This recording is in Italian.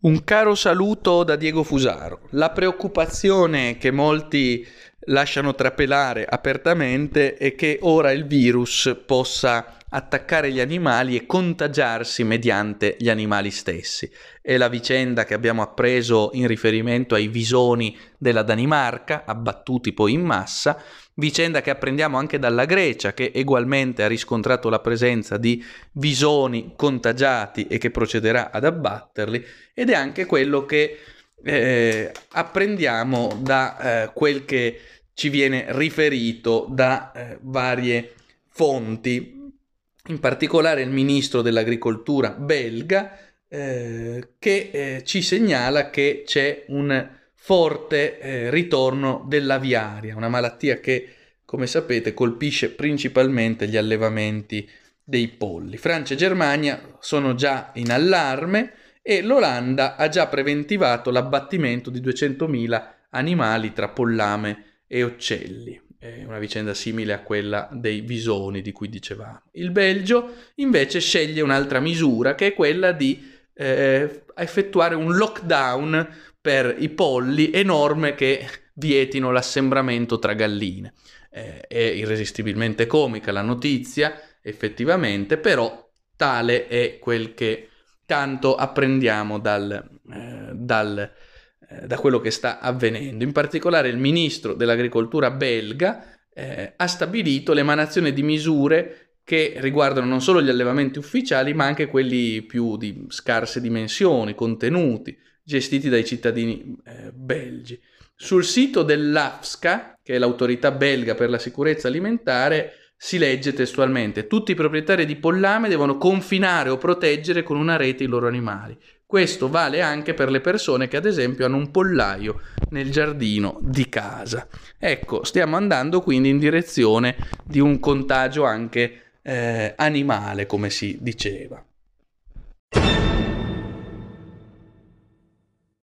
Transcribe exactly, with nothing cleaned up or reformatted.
Un caro saluto da Diego Fusaro. La preoccupazione che molti lasciano trapelare apertamente è che ora il virus possa attaccare gli animali e contagiarsi mediante gli animali stessi. È la vicenda che abbiamo appreso in riferimento ai visoni della Danimarca, abbattuti poi in massa, vicenda che apprendiamo anche dalla Grecia, che egualmente ha riscontrato la presenza di visoni contagiati e che procederà ad abbatterli, ed è anche quello che eh, apprendiamo da eh, quel che ci viene riferito da eh, varie fonti, in particolare il ministro dell'agricoltura belga, eh, che eh, ci segnala che c'è un forte eh, ritorno dell'aviaria, una malattia che, come sapete, colpisce principalmente gli allevamenti dei polli. Francia e Germania sono già in allarme e l'Olanda ha già preventivato l'abbattimento di duecentomila animali tra pollame e uccelli. È una vicenda simile a quella dei visoni di cui dicevamo. Il Belgio invece sceglie un'altra misura, che è quella di eh, effettuare un lockdown per i polli e norme che vietino l'assembramento tra galline. Eh, è irresistibilmente comica la notizia, effettivamente, però tale è quel che tanto apprendiamo dal, eh, dal, eh, da quello che sta avvenendo. In particolare il ministro dell'agricoltura belga eh, ha stabilito l'emanazione di misure che riguardano non solo gli allevamenti ufficiali, ma anche quelli più di scarse dimensioni, contenuti, gestiti dai cittadini eh, belgi. Sul sito dell'AFSCA, che è l'autorità belga per la sicurezza alimentare, si legge testualmente: tutti i proprietari di pollame devono confinare o proteggere con una rete i loro animali. Questo vale anche per le persone che ad esempio hanno un pollaio nel giardino di casa. Ecco, stiamo andando quindi in direzione di un contagio anche eh, animale, come si diceva.